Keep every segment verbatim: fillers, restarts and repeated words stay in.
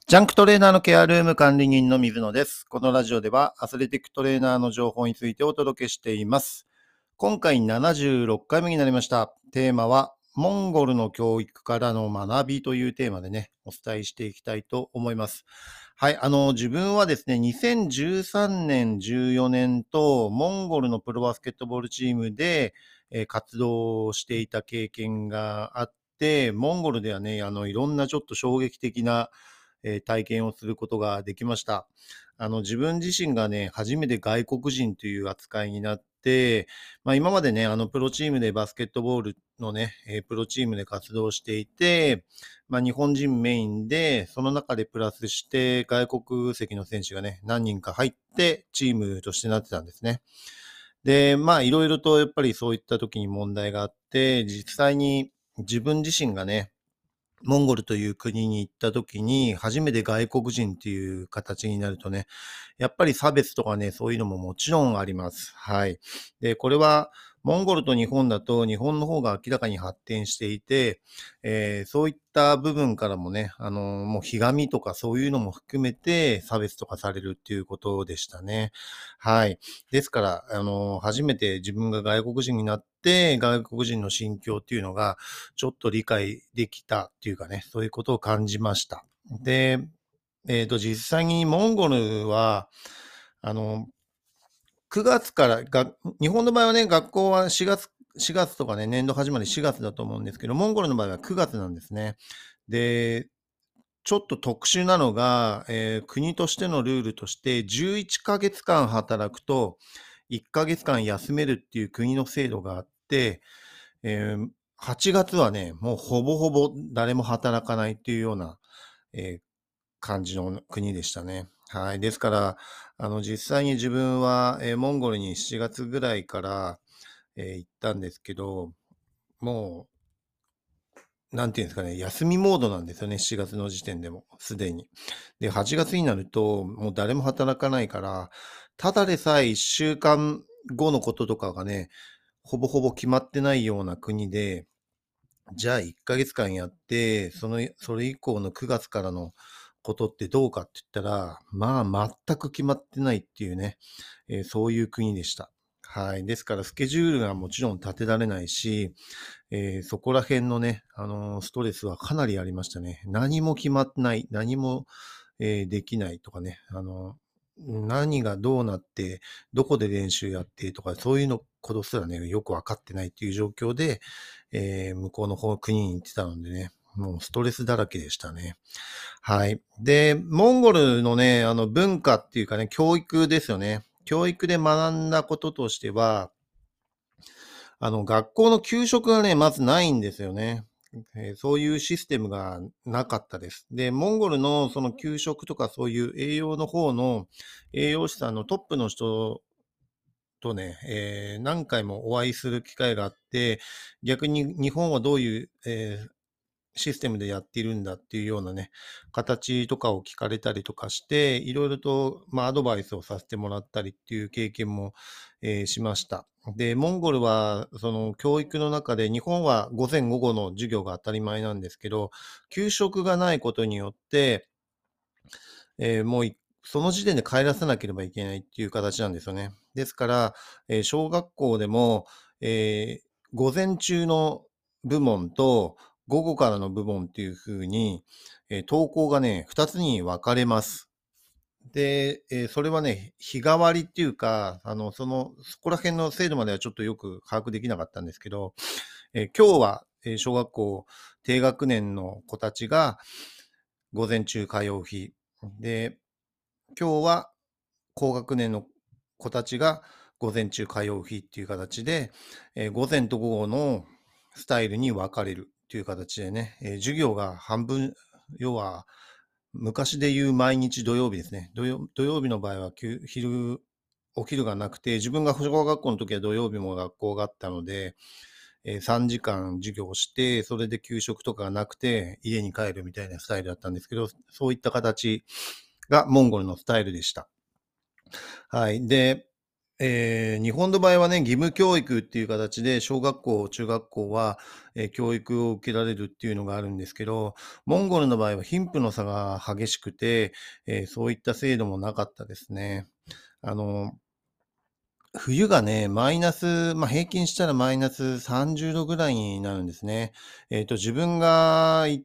ジャンクトレーナーのケアルーム管理人の水野です。このラジオではアスレティックトレーナーの情報についてお届けしています。今回ななじゅうろっかいめになりました。テーマはモンゴルの教育からの学びというテーマでね、お伝えしていきたいと思います。はい、あの、自分はですね、にせんじゅうさんねん、じゅうよねんとモンゴルのプロバスケットボールチームで、えー活動をしていた経験があって、モンゴルではね、あの、いろんなちょっと衝撃的なえー体験をすることができました。あの、自分自身がね、初めて外国人という扱いになって、まあ、今までね、あの、プロチームでバスケットボールのね、えープロチームで活動していて、まあ、日本人メインで、その中でプラスして外国籍の選手がね、何人か入ってチームとしてなってたんですね。で、まあ、いろいろとやっぱりそういった時に問題があって、実際に自分自身がね、モンゴルという国に行った時に、初めて外国人っていう形になるとね、やっぱり差別とかね、そういうのももちろんあります。はい。で、これは、モンゴルと日本だと、日本の方が明らかに発展していて、えーそういった部分からもね、あのーもうひがみとかそういうのも含めて差別とかされるっていうことでしたね。はい。ですから、あのー初めて自分が外国人になって、外国人の心境っていうのが、ちょっと理解できたっていうかね、そういうことを感じました。で、えっと、実際にモンゴルは、あの、くがつからが、日本の場合はね、学校はしがつ、しがつとかね、年度始まりしがつだと思うんですけど、モンゴルの場合はくがつなんですね。で、ちょっと特殊なのが、えー国としてのルールとして、じゅういっかげつかん働くと、いっかげつかん休めるっていう国の制度があって、えーはちがつはね、もうほぼほぼ誰も働かないっていうような、えー感じの国でしたね。はい。ですから、あの、実際に自分は、えーモンゴルにしちがつぐらいから、えー行ったんですけど、もう、なんていうんですかね、休みモードなんですよね、しちがつの時点でも、すでに。で、はちがつになると、もう誰も働かないから、ただでさえいっしゅうかんごのこととかがね、ほぼほぼ決まってないような国で、じゃあいっかげつかんやって、その、それ以降のくがつからのことってどうかって言ったら、まあ全く決まってないっていうね、えーそういう国でした。はい。ですからスケジュールがもちろん立てられないし、えーそこら辺のね、あのーストレスはかなりありましたね。何も決まってない、何も、えーできないとかね、あのー何がどうなって、どこで練習やってとか、そういうのことすらね、よくわかってないっていう状況で、えー向こうの方、国に行ってたのでね、もうストレスだらけでしたね。はい。で、モンゴルのね、あの文化っていうかね、教育ですよね。教育で学んだこととしては、あの、学校の給食がね、まずないんですよね。えーそういうシステムがなかったです。で、モンゴルのその給食とかそういう栄養の方の栄養士さんのトップの人とね、えー何回もお会いする機会があって、逆に日本はどういう、えーシステムでやっているんだっていうようなね、形とかを聞かれたりとかして、いろいろと、まあ、アドバイスをさせてもらったりっていう経験も、えーしました。で、モンゴルは、その教育の中で、日本は午前午後の授業が当たり前なんですけど、給食がないことによって、えーもういその時点で帰らさなければいけないっていう形なんですよね。ですから、えー小学校でも、えー午前中の部門と午後からの部門っていう風に、えー登校がね、ふたつに分かれます。で、えーそれはね、日替わりっていうか、あの、その、そこら辺の制度まではちょっとよく把握できなかったんですけど、えー今日は、えー小学校低学年の子たちが午前中通う日。で、今日は高学年の子たちが午前中通う日っていう形で、えー午前と午後のスタイルに分かれるっていう形でね、えー授業が半分、要は昔で言う毎日土曜日ですね。土曜土曜日の場合は昼、お昼がなくて、自分が小学校の時は土曜日も学校があったので、えーさんじかん授業をして、それで給食とかがなくて家に帰るみたいなスタイルだったんですけど、そういった形がモンゴルのスタイルでした。はい。で、 えー日本の場合はね、義務教育っていう形で、小学校、中学校は、えー教育を受けられるっていうのがあるんですけど、モンゴルの場合は貧富の差が激しくて、えーそういった制度もなかったですね。あの、冬がね、マイナス、まあ、平均したらマイナスさんじゅうどぐらいになるんですね。えっと、自分が行って、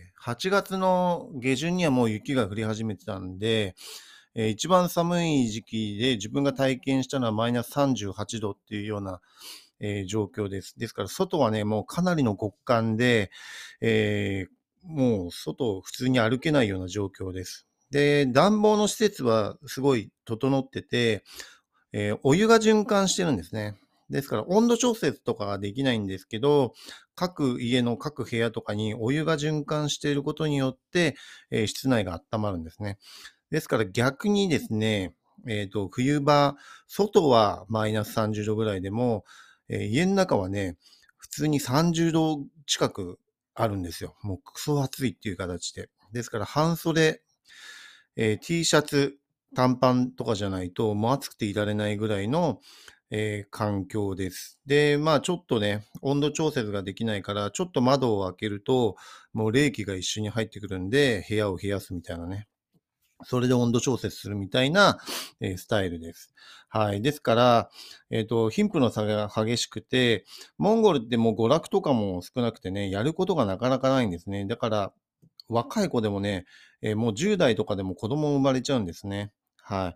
はちがつの下旬にはもう雪が降り始めてたんで、えー一番寒い時期で自分が体験したのはマイナスさんじゅうはちどっていうような、えー状況です。ですから、外はね、もうかなりの極寒で、えーもう外を普通に歩けないような状況です。で、暖房の施設はすごい整ってて、えーお湯が循環してるんですね。ですから温度調節とかはできないんですけど、各家の各部屋とかにお湯が循環していることによって、えー室内が温まるんですね。ですから逆にですね、えっと、冬場、外はマイナスさんじゅうどぐらいでも、えー家の中はね、普通にさんじゅうど近くあるんですよ。もうクソ暑いっていう形で。ですから半袖、えー T シャツ、短パンとかじゃないと、もう暑くていられないぐらいの、えー環境です。で、まあちょっとね、温度調節ができないから、ちょっと窓を開けると、もう冷気が一緒に入ってくるんで、部屋を冷やすみたいなね。それで温度調節するみたいな、えースタイルです。はい。ですから、えっと、貧富の差が激しくて、モンゴルってもう娯楽とかも少なくてね、やることがなかなかないんですね。だから、若い子でもね、えーもうじゅう代とかでも子供生まれちゃうんですね。はい。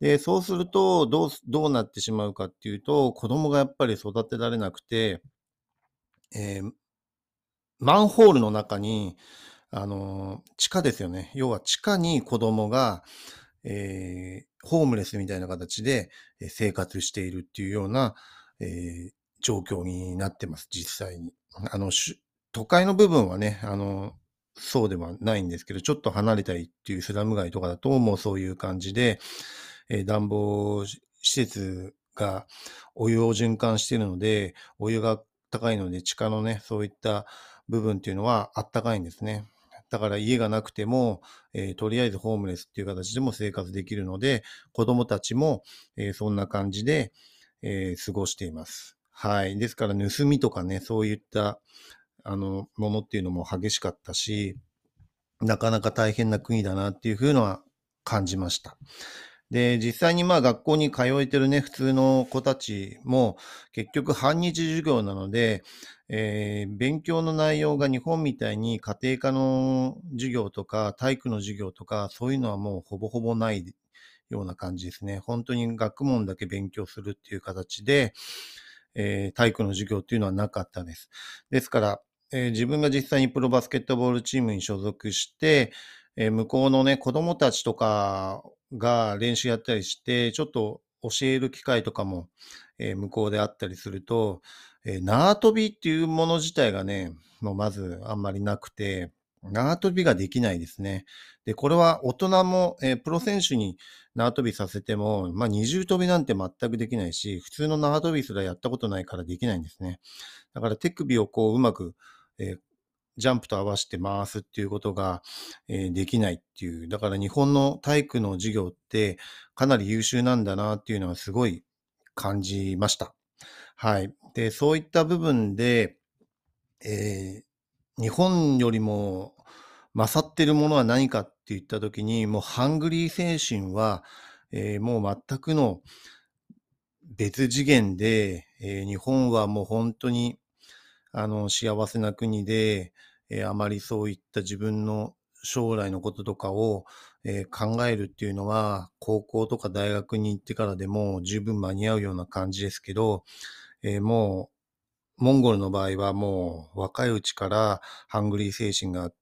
で、そうすると、どうす、どうなってしまうかっていうと、子供がやっぱり育てられなくて、えーマンホールの中に、あのー地下ですよね。要は地下に子供が、えーホームレスみたいな形でえー生活しているっていうような、えー状況になってます、実際に。あの、し都会の部分はね、あの、そうではないんですけど、ちょっと離れたりっていうスラム街とかだと、もうそういう感じで、えー暖房施設がお湯を循環しているので、お湯が高いので、地下のね、そういった部分っていうのはあったかいんですね。だから家がなくても、えーとりあえずホームレスっていう形でも生活できるので、子供たちも、えーそんな感じで、えー過ごしています。はい。ですから盗みとかね、そういったあのものっていうのも激しかったし、なかなか大変な国だなっていうふうのは感じました。で、実際にまあ学校に通えてるね、普通の子たちも結局半日授業なので、えー勉強の内容が日本みたいに家庭科の授業とか体育の授業とかそういうのはもうほぼほぼないような感じですね。本当に学問だけ勉強するっていう形で、えー体育の授業っていうのはなかったです。ですから、えー自分が実際にプロバスケットボールチームに所属して、えー向こうのね、子供たちとかが練習やったりして、ちょっと教える機会とかも、えー向こうであったりすると、えー縄跳びっていうもの自体がね、もうまずあんまりなくて、縄跳びができないですね。で、これは大人も、えープロ選手に縄跳びさせても、まあ、二重跳びなんて全くできないし、普通の縄跳びすらやったことないからできないんですね。だから手首をこううまく、えージャンプと合わせて回すっていうことが、えーできないっていう。だから日本の体育の授業ってかなり優秀なんだなっていうのはすごい感じました。はい。で、そういった部分で、えー日本よりも勝ってるものは何かって言ったときに、もうハングリー精神は、えーもう全くの別次元で、えー日本はもう本当にあの幸せな国で、えーあまりそういった自分の将来のこととかを、えー考えるっていうのは、高校とか大学に行ってからでも十分間に合うような感じですけど、えーもうモンゴルの場合はもう若いうちからハングリー精神があって、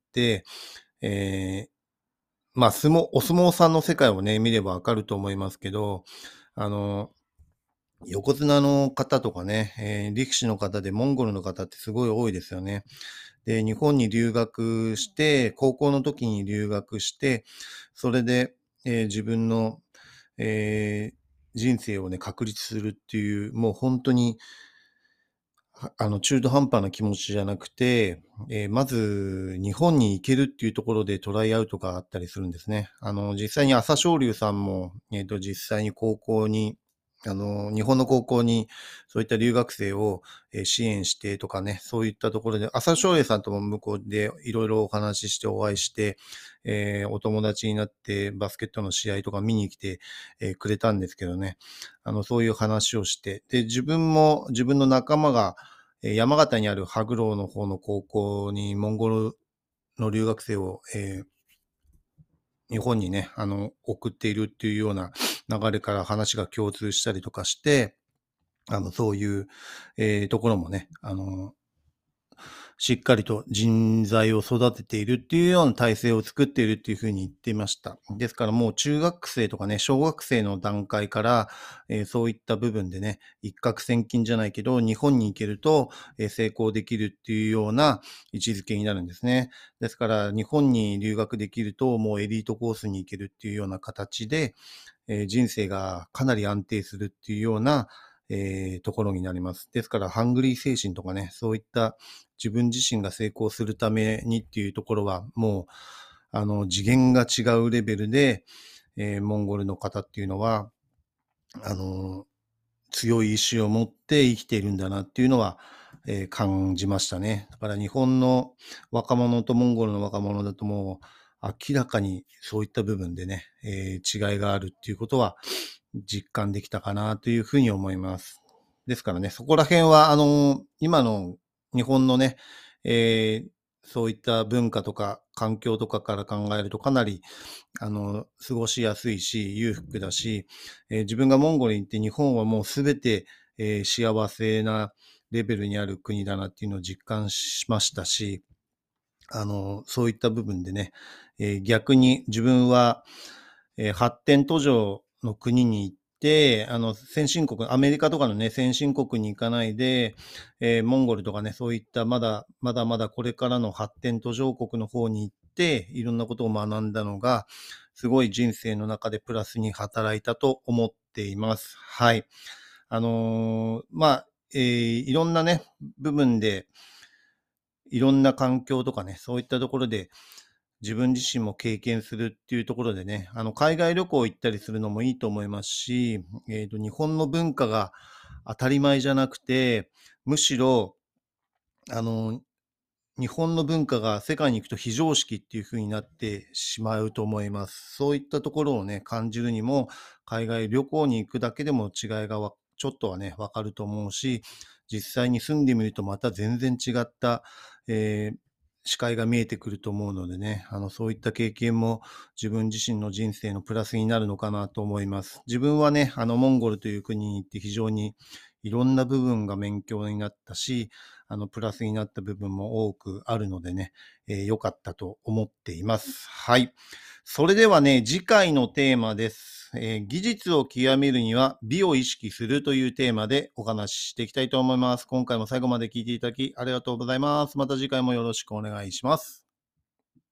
えーまあ相撲、お相撲さんの世界をね、見ればわかると思いますけど、あの、横綱の方とかね、えー力士の方でモンゴルの方ってすごい多いですよね。で、日本に留学して、高校の時に留学して、それで、えー自分の、えー人生をね、確立するっていう、もう本当にはあの、中途半端な気持ちじゃなくて、えーまず日本に行けるっていうところでトライアウトがあったりするんですね。あの、実際に朝青龍さんも、えっと、実際に高校にあの、日本の高校にそういった留学生をえー支援してとかね、そういったところで、浅田翔英さんとも向こうでいろいろお話ししてお会いして、えーお友達になってバスケットの試合とか見に来て、えーくれたんですけどね、あの、そういう話をして、で、自分も自分の仲間が、えー山形にある羽黒の方の高校にモンゴルの留学生を、えー日本にね、あの、送っているっていうような流れから話が共通したりとかして、あの、そういう、えーところもね、あの、しっかりと人材を育てているっていうような体制を作っているっていうふうに言っていました。ですからもう中学生とかね、小学生の段階から、えーそういった部分でね、一攫千金じゃないけど、日本に行けると、えー成功できるっていうような位置づけになるんですね。ですから日本に留学できると、もうエリートコースに行けるっていうような形で、えー人生がかなり安定するっていうような、えーところになります。ですから、ハングリー精神とかね、そういった自分自身が成功するためにっていうところは、もう、あの、次元が違うレベルで、えーモンゴルの方っていうのは、あの、強い意志を持って生きているんだなっていうのは、えー感じましたね。だから日本の若者とモンゴルの若者だともう明らかにそういった部分でね、えー違いがあるっていうことは実感できたかなというふうに思います。ですからね、そこら辺は、あの、今の日本のね、えーそういった文化とか環境とかから考えるとかなりあの、過ごしやすいし、裕福だし、えー自分がモンゴルに行って日本はもうすべて、えー幸せなレベルにある国だなっていうのを実感しましたし、あの、そういった部分でね、えー逆に自分は、えー発展途上の国に行って、あの、先進国、アメリカとかのね、先進国に行かないで、えーモンゴルとかね、そういったまだ、まだまだこれからの発展途上国の方に行って、いろんなことを学んだのが、すごい人生の中でプラスに働いたと思っています。はい。あのーまあ、えーいろんなね、部分で、いろんな環境とかね、そういったところで自分自身も経験するっていうところでね、あの、海外旅行行ったりするのもいいと思いますし、えっと、日本の文化が当たり前じゃなくて、むしろ、あの、日本の文化が世界に行くと非常識っていう風になってしまうと思います。そういったところをね、感じるにも、海外旅行に行くだけでも違いがわちょっとはね、わかると思うし、実際に住んでみるとまた全然違った、えー視界が見えてくると思うのでね、あの、そういった経験も自分自身の人生のプラスになるのかなと思います。自分はね、あの、モンゴルという国に行って非常にいろんな部分が勉強になったし、あの、プラスになった部分も多くあるのでね、えー良かったと思っています。はい。それではね、次回のテーマです。えー技術を極めるには美を意識するというテーマでお話ししていきたいと思います。今回も最後まで聞いていただきありがとうございます。また次回もよろしくお願いします。